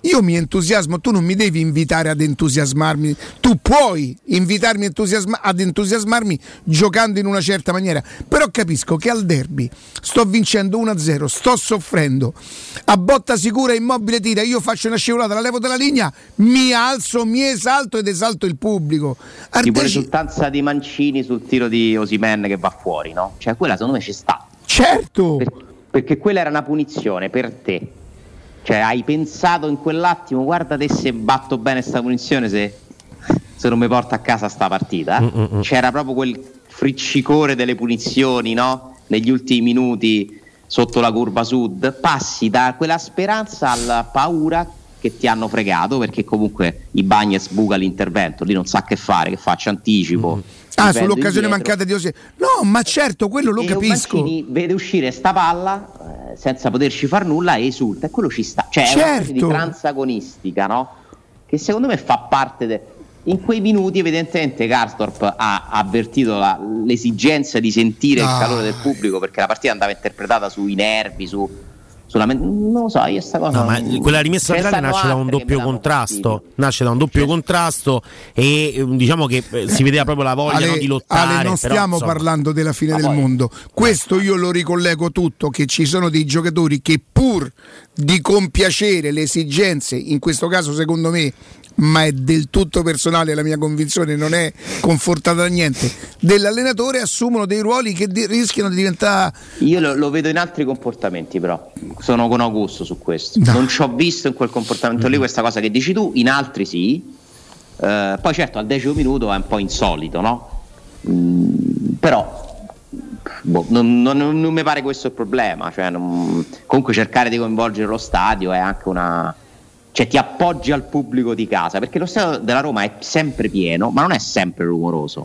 io mi entusiasmo, tu non mi devi invitare ad entusiasmarmi, tu puoi invitarmi entusiasma- ad entusiasmarmi giocando in una certa maniera, però capisco che al derby sto vincendo uno a zero, sto soffrendo, a botta sicura Immobile tira, io faccio una scivolata, la levo dalla linea, mi alzo, mi esalto ed esalto il pubblico.
Ardeci... tipo risultanza di Mancini sul tiro di Osimhen che va fuori, no? Cioè quella secondo me ci sta.
Certo!
Per, perché quella era una punizione per te. Cioè hai pensato in quell'attimo, guarda te se batto bene sta punizione, se, se non mi porta a casa sta partita. Mm-mm. C'era proprio quel friccicore delle punizioni, no? Negli ultimi minuti sotto la curva sud. Passi da quella speranza alla paura che ti hanno fregato, perché comunque i Bagnez buca l'intervento, lì non sa che fare, che faccia anticipo. Mm.
Ah, sull'occasione indietro. Mancata di Osimhen. No, ma certo, quello lo
e
capisco.
Mancini vede uscire sta palla eh, senza poterci far nulla e esulta, e quello ci sta. Cioè certo. È una specie di trans agonistica, no? Che secondo me fa parte de... in quei minuti evidentemente Karsdorp ha avvertito la, l'esigenza di sentire ah. il calore del pubblico, perché la partita andava interpretata sui nervi, su sulla men- non lo so, io sta cosa
no, ma quella rimessa laterale nasce da un doppio contrasto, nasce da un doppio certo. contrasto e diciamo che eh, si vedeva proprio la voglia Ale, no, di lottare.
Ale, non
però,
stiamo
insomma.
parlando della fine
ma
del
poi,
mondo. Questo io lo ricollego tutto, che ci sono dei giocatori che pur di compiacere le esigenze, in questo caso secondo me, ma è del tutto personale, la mia convinzione non è confortata da niente, dell'allenatore, assumono dei ruoli che di- rischiano di diventare.
Io lo, lo vedo in altri comportamenti, però sono con Augusto su questo. No. Non ci ho visto in quel comportamento mm-hmm. lì questa cosa che dici tu, in altri sì. Uh, poi certo al decimo minuto è un po' insolito, no? Mm, però boh, non, non, non mi pare questo il problema. Cioè, non, comunque cercare di coinvolgere lo stadio è anche una. Cioè ti appoggi al pubblico di casa, perché lo stadio della Roma è sempre pieno, ma non è sempre rumoroso,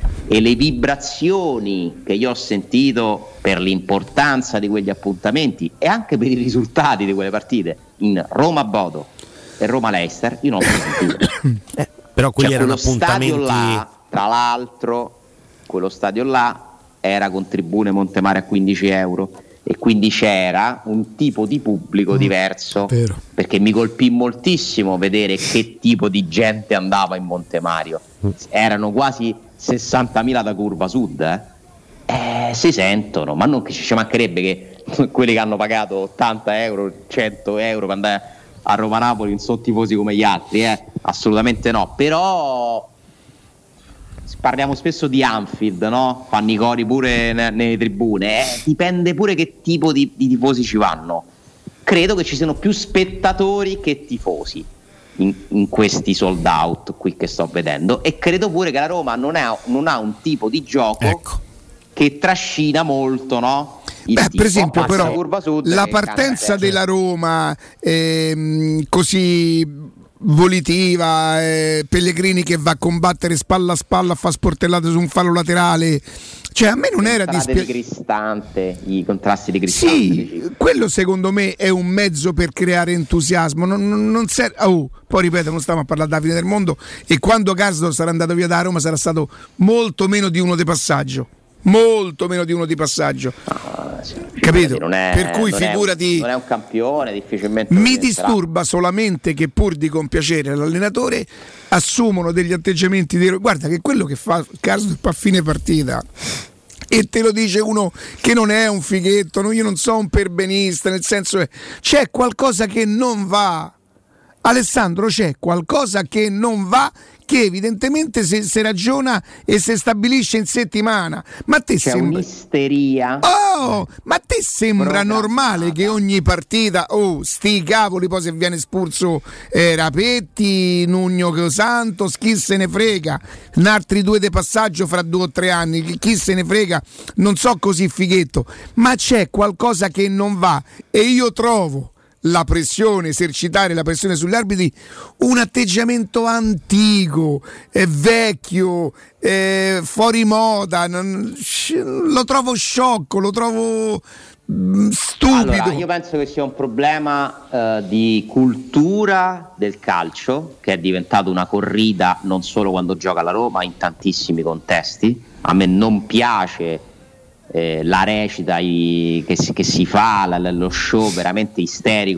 e le vibrazioni che io ho sentito per l'importanza di quegli appuntamenti e anche per i risultati di quelle partite in Roma-Bodo e Roma-Leicester, io non ho sentito.
eh, però quelli
cioè,
erano appuntamenti
stadio là, tra l'altro quello stadio là era con tribune Montemare a quindici euro, e quindi c'era un tipo di pubblico mm, diverso, vero. Perché mi colpì moltissimo vedere che tipo di gente andava in Montemario. Mm. Erano quasi sessantamila da curva sud, eh? Eh, si sentono, ma non che ci mancherebbe che quelli che hanno pagato ottanta euro, cento euro per andare a Roma-Napoli non sono tifosi come gli altri, eh? Assolutamente no, però parliamo spesso di Anfield, no? Fanno i cori pure ne- nelle tribune, eh? Dipende pure che tipo di, di tifosi ci vanno. Credo che ci siano più spettatori che tifosi in, in questi sold out qui che sto vedendo, e credo pure che la Roma non ha, non ha un tipo di gioco ecco. che trascina molto, no?
Beh, per esempio però la partenza della Roma ehm, così volitiva, eh, Pellegrini che va a combattere spalla a spalla a fare sportellate su un fallo laterale, cioè a me non era
dispiaciuto. Di Cristante, i contrasti di Cristante.
Sì, quello secondo me è un mezzo per creare entusiasmo, non, non, non serve. Oh, poi ripeto, non stiamo a parlare della fine del mondo, e quando Karsdorp sarà andato via da Roma sarà stato molto meno di uno di passaggio. Molto meno di uno di passaggio,
ah, sì,
capito?
Non è,
per cui
non
figurati,
è un, non è un campione, difficilmente
mi disturba solamente che pur di compiacere l'allenatore assumono degli atteggiamenti di... Guarda che quello che fa Karsdorp a fine partita, e te lo dice uno che non è un fighetto, no, io non so un perbenista, nel senso che c'è qualcosa che non va, Alessandro, c'è qualcosa che non va, che evidentemente se, se ragiona e se stabilisce in settimana. Ma te
c'è
sembra
un'isteria.
Oh, ma te sembra normale che ogni partita, oh, sti cavoli, poi se viene espulso eh, Rapetti, Nugno Santos, chi se ne frega, un altri due de passaggio fra due o tre anni, chi, chi se ne frega, non so così fighetto, ma c'è qualcosa che non va, e io trovo la pressione, esercitare la pressione sugli arbitri un atteggiamento antico, eh, vecchio, eh, fuori moda, non, lo trovo sciocco, lo trovo mh, stupido.
Allora, io penso che sia un problema eh, di cultura del calcio, che è diventato una corrida non solo quando gioca la Roma, in tantissimi contesti. A me non piace Eh, la recita i, che, si, che si fa, la, lo show veramente isterico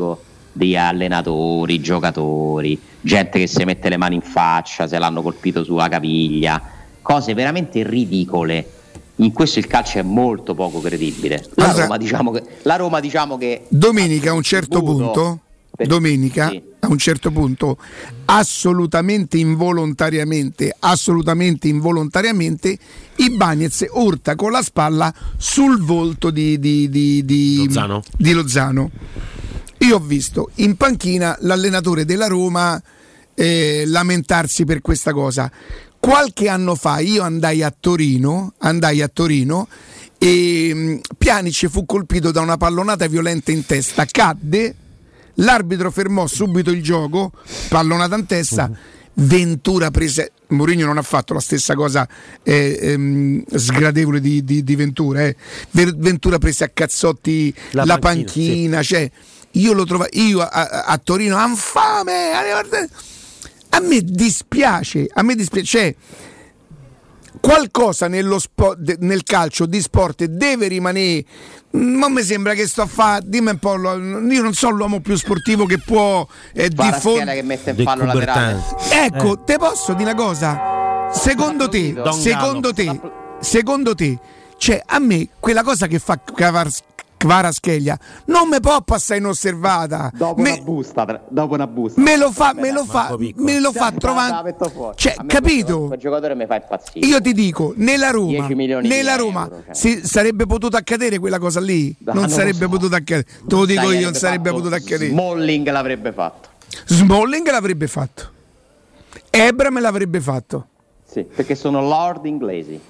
di allenatori, giocatori, gente che si mette le mani in faccia se l'hanno colpito sulla caviglia, cose veramente ridicole. In questo il calcio è molto poco credibile. La
Allora,
Roma diciamo che la Roma diciamo che
domenica a un certo punto
per...
domenica
sì.
a un certo punto assolutamente involontariamente assolutamente involontariamente Ibañez urta con la spalla sul volto di, di, di, di,
Lozano.
di Lozano. Io ho visto in panchina l'allenatore della Roma eh, lamentarsi per questa cosa. Qualche anno fa io andai a Torino, andai a Torino e mh, Pjanic fu colpito da una pallonata violenta in testa, cadde, l'arbitro fermò subito il gioco, pallonata in testa, uh-huh. Ventura prese, Mourinho non ha fatto la stessa cosa eh, ehm, sgradevole di, di, di Ventura, eh. Ventura prese a cazzotti la, la panchina, panchina sì. Cioè io lo trovo, io a, a, a Torino, infame, a me dispiace, a me dispiace, cioè qualcosa nello sport, nel calcio di sport deve rimanere. Non mi sembra che sto a fare, dimmi un po', io non so l'uomo più sportivo che può eh, diffondere,
che mette in fallo laterale.
Ecco,
eh.
te posso dire una cosa? Secondo te, secondo te, secondo te, cioè a me quella cosa che fa Kvaratskhelia non mi può passare inosservata.
Dopo
me,
una busta, dopo una busta.
Me lo fa, me lo fa, me lo fa trovare. Cioè, capito?
Quel giocatore mi fa impazzire.
Io ti dico, nella Roma, nella Roma
euro, cioè.
si, sarebbe potuto accadere quella cosa lì?
Da,
non,
non
sarebbe
so.
potuto accadere. Te lo dico io, non sarebbe potuto accadere.
Smalling l'avrebbe fatto.
Smalling l'avrebbe fatto. Ebram l'avrebbe fatto.
Sì, perché sono lord inglesi.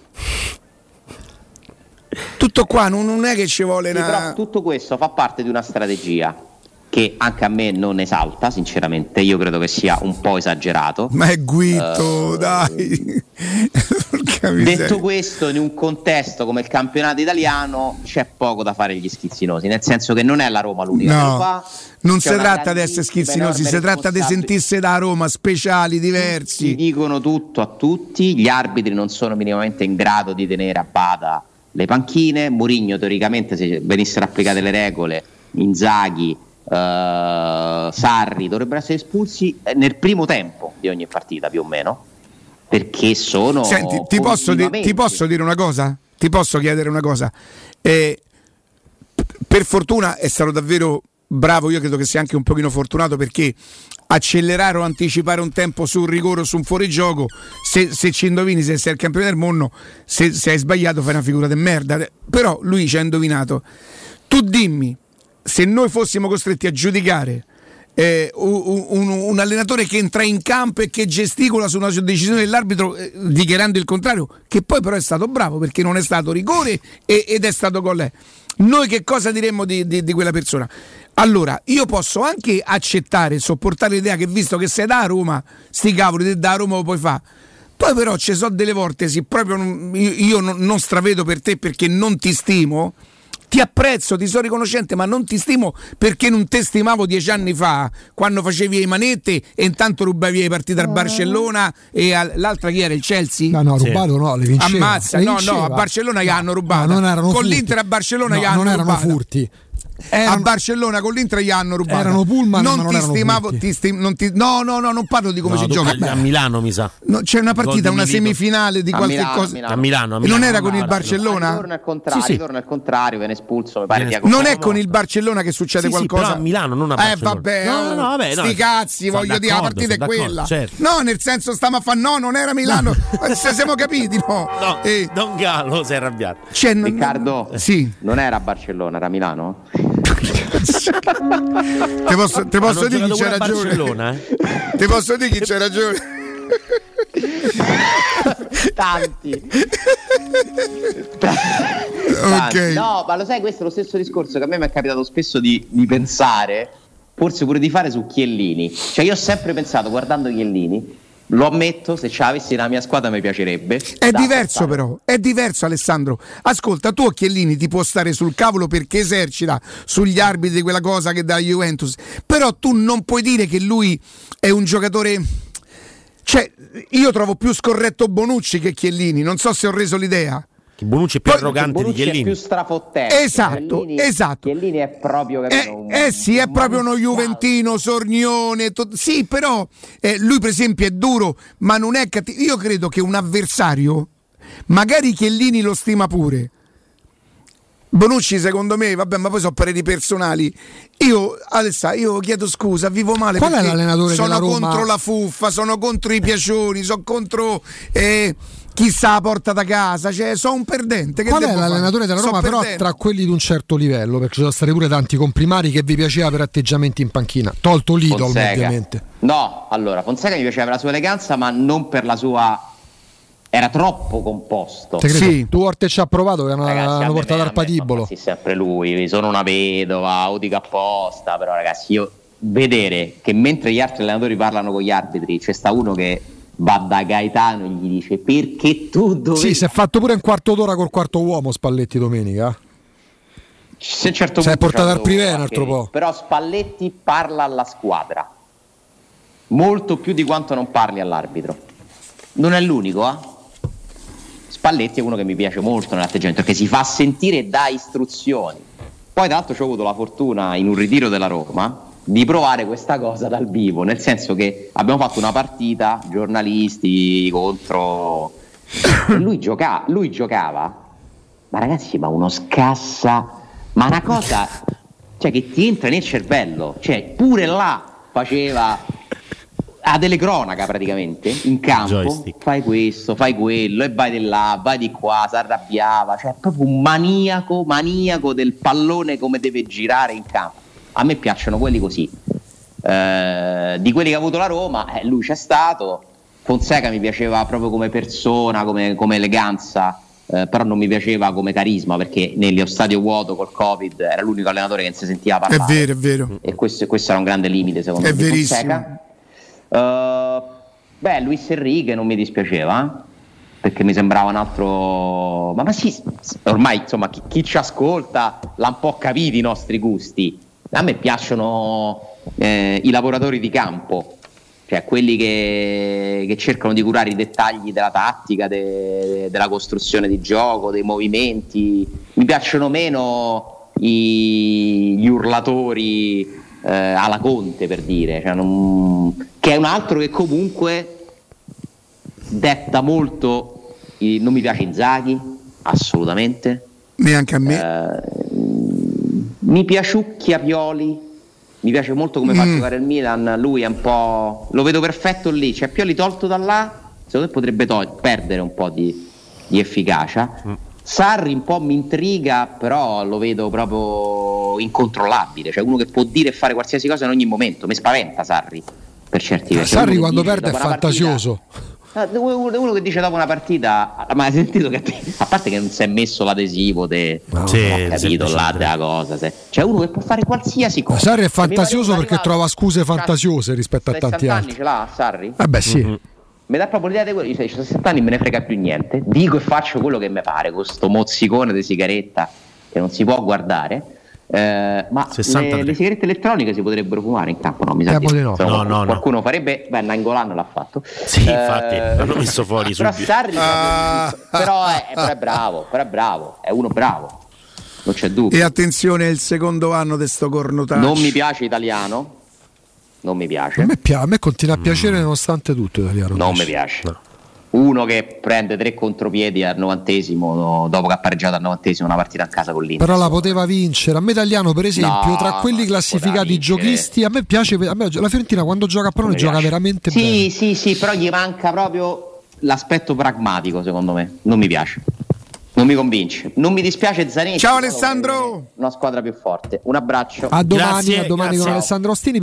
Tutto qua, non, non è che ci vuole
sì,
una...
però tutto questo fa parte di una strategia che anche a me non esalta, sinceramente. Io credo che sia un po' esagerato.
Ma è Guitto, uh, dai.
Detto questo, in un contesto come il campionato italiano c'è poco da fare gli schizzinosi, nel senso che non è la Roma l'unica
no,
che lo fa.
Non si tratta di essere schizzinosi, si tratta di sentirsi da Roma, speciali, diversi.
Ti dicono tutto a tutti, gli arbitri non sono minimamente in grado di tenere a bada le panchine. Mourinho teoricamente, se venissero applicate le regole, Inzaghi, uh, Sarri dovrebbero essere espulsi nel primo tempo di ogni partita più o meno, perché sono...
Senti, ti posso, di, ti posso dire una cosa? Ti posso chiedere una cosa? Eh, per fortuna è stato davvero bravo, io credo che sia anche un pochino fortunato, perché accelerare o anticipare un tempo su un rigore o su un fuorigioco, se, se ci indovini, se sei il campione del mondo, se, se hai sbagliato fai una figura di merda. Però lui ci ha indovinato. Tu dimmi, se noi fossimo costretti a giudicare eh, un, un, un allenatore che entra in campo e che gesticola su una decisione dell'arbitro eh, dichiarando il contrario, che poi però è stato bravo perché non è stato rigore e, ed è stato gol, noi che cosa diremmo di, di, di quella persona? Allora, io posso anche accettare, sopportare l'idea che visto che sei da Roma, sti cavoli, da Roma lo puoi fare. Poi però ci sono delle volte, sì, proprio non, io, io non, non stravedo per te perché non ti stimo, ti apprezzo, ti sono riconoscente, ma non ti stimo perché non te stimavo dieci anni fa, quando facevi le manette e intanto rubavi le partite al Barcellona e al, l'altra chi era, il Chelsea?
No, no, rubato no, le vinceva.
Ammazza,
le
no,
vinceva.
no, a Barcellona gli
no,
hanno rubato.
No, non erano
con
furti.
l'Inter a Barcellona
no,
gli hanno
non erano
rubato.
furti.
Erano, a Barcellona con l'Inter gli hanno rubato.
Erano pullman,
non
ma non
ti
erano
stimavo, ti stim, non ti, no, no, no, non parlo di come
no,
si gioca.
A Milano mi sa.
No, c'è una partita, una semifinale di
a
qualche
Milano,
cosa.
A Milano,
a Milano, a Milano.
Non era
no,
con il
no,
Barcellona?
Torna al contrario,
sì, sì.
torna al contrario, viene espulso, mi pare
Viene
di
Non è con il Barcellona che succede
sì,
qualcosa.
Sì, però a Milano, non a Barcellona.
Eh vabbè,
no, no, no, vabbè, no,
sti cazzi,
sono
voglio dire, la partita è quella.
Certo.
No, nel senso stiamo a fare no, non era Milano. Se siamo capiti, no.
No,
eh,
Don Gallo si è arrabbiato.
Cioè, non,
Riccardo,
sì.
Non era Barcellona, era Milano?
Te posso, te posso dire chi c'ha ragione.
Eh?
Te posso dire chi c'ha ragione.
Tanti.
Ok.
No, ma lo sai, questo è lo stesso discorso che a me mi è capitato spesso di, di pensare, forse pure di fare su Chiellini. Cioè io ho sempre pensato, guardando Chiellini, lo ammetto, se ce l'avessi nella mia squadra mi piacerebbe.
È diverso però, è diverso Alessandro. Ascolta, tu a Chiellini ti può stare sul cavolo perché esercita sugli arbitri quella cosa che dà Juventus, però tu non puoi dire che lui è un giocatore... Cioè, io trovo più scorretto Bonucci che Chiellini, non so se ho reso l'idea.
Bonucci è più
Poi,
arrogante
Bonucci
di Chiellini.
è più strafottente.
Esatto,
Chiellini,
esatto.
Chiellini è proprio
Eh,
un,
eh sì, è
un
proprio uno juventino, sornione. To- sì, però eh, lui per esempio è duro, ma non è cattivo. Io credo che un avversario, magari Chiellini lo stima pure. Bonucci secondo me, vabbè, ma poi sono pareri personali. Io, Alessà, io chiedo scusa, vivo male.
Qual è l'allenatore
sono
della Roma?
contro la fuffa, sono contro i piacioni, sono contro eh, chi sta a porta da casa, cioè sono un perdente. Che
Qual è
devo
l'allenatore
fare?
della Roma,
Sto
però
perdendo.
tra quelli di un certo livello, perché ci sono stati pure tanti comprimari che vi piaceva per atteggiamenti in panchina, tolto l'idol ovviamente.
No, allora, Fonseca mi piaceva per la sua eleganza, ma non per la sua... Era troppo composto.
Te credo.
Sì.
Tu Orte ci ha provato che hanno,
Ragazzi, a
hanno
me-
portato
a
al
me
patibolo.
fa sempre lui, sono una vedova, o dico apposta, però ragazzi, io vedere che mentre gli altri allenatori parlano con gli arbitri c'è sta uno che va da Gaetano e gli dice perché tu dovevi...
Sì, si è fatto pure un quarto d'ora col quarto uomo Spalletti domenica.
Se a un certo
Si è
punto
portato
c'ha
al privé un
anche
altro
lì.
po'.
Però Spalletti parla alla squadra molto più di quanto non parli all'arbitro. Non è l'unico, eh? Spalletti è uno che mi piace molto nell'atteggiamento perché si fa sentire e dà istruzioni. Poi tra l'altro ci ho avuto la fortuna in un ritiro della Roma di provare questa cosa dal vivo, nel senso che abbiamo fatto una partita giornalisti contro e lui, gioca- lui giocava, ma ragazzi, ma uno scassa, ma una cosa cioè che ti entra nel cervello, cioè pure là faceva a telecronaca praticamente in campo.
Joystick.
Fai questo, fai quello e vai di là, vai di qua, si arrabbiava, cioè è proprio un maniaco maniaco del pallone come deve girare in campo. A me piacciono quelli così, eh, di quelli che ha avuto la Roma, eh, lui c'è stato. Fonseca mi piaceva proprio come persona, come, come eleganza, eh, però non mi piaceva come carisma perché nello stadio vuoto col Covid era l'unico allenatore che non si sentiva
È
parlare.
vero, è vero.
E questo, questo era un grande limite secondo
È
me di
verissimo.
Fonseca. Uh, beh, Luis Enrique non mi dispiaceva eh? Perché mi sembrava un altro, ma, ma sì, ormai insomma chi, chi ci ascolta l'ha un po' capito i nostri gusti. A me piacciono eh, i lavoratori di campo, cioè quelli che, che cercano di curare i dettagli della tattica, de, della costruzione di gioco, dei movimenti. Mi piacciono meno i, gli urlatori eh, alla Conte, per dire, cioè non, che è un altro che comunque detta molto. Non mi piace Inzaghi, assolutamente,
Neanche a me.
eh, mi piaciucchia Pioli, mi piace molto come
Mm.
fa giocare il Milan. Lui è un po', lo vedo perfetto lì, cioè Pioli tolto da là secondo me potrebbe tol- perdere un po' di, di efficacia. mm. Sarri un po' mi intriga, però lo vedo proprio incontrollabile, cioè uno che può dire e fare qualsiasi cosa in ogni momento. Mi spaventa Sarri per certi versi.
Sarri
Uno che
quando
dice
perde è
dopo una
fantasioso.
partita- uno, uno che dice dopo una partita, ma hai sentito che a parte che non si è messo l'adesivo de,
No,
sì,
non ho capito
sì,
là
sì.
della cosa, se, cioè uno che può fare qualsiasi cosa.
Sarri è
Se mi pare
fantasioso
uno
perché
arrivato-
trova scuse
c'ha-
fantasiose rispetto a tanti
sessanta anni
altri.
ce l'ha Sarri?
Vabbè sì.
Mhm.
Mi dà proprio l'idea di quello, dice, c'ho sessanta anni, me ne frega più niente, dico e faccio quello che mi pare, con sto mozzicone di sigaretta che non si può guardare. Eh, ma
sessantatré.
le, le sigarette elettroniche si potrebbero fumare in campo? No, mi sa
Temo
di
di no.
Insomma,
No,
qualcuno,
no, no.
qualcuno farebbe, beh, Nangolan l'ha fatto.
Sì, infatti, l'hanno messo fuori
però
subito.
Sarri,
Ah.
però, è, però è bravo, però è bravo, è uno bravo, non c'è dubbio.
E attenzione, è il secondo anno di sto cornotaggio.
Non mi piace italiano, non mi piace.
A me, pia- a me continua a piacere nonostante tutto italiano.
Non mi piace. Uno che prende tre contropiedi al novantesimo no, dopo che ha pareggiato al novantesimo una partita a casa con l'Inter.
Però la poteva vincere. A me italiano, per esempio,
No,
tra quelli
non
classificati
poteva vincere.
giochisti, a me piace. A me, la Fiorentina quando gioca a pallone
Mi
gioca
piace.
veramente
sì,
bene.
Sì, sì, però gli manca proprio l'aspetto pragmatico, secondo me. Non mi piace. Non mi convince. Non mi dispiace Zanetti.
Ciao
però
Alessandro!
vorrei vedere una squadra più forte. Un abbraccio.
A domani,
Grazie,
a domani
grazie.
con Alessandro Ostini.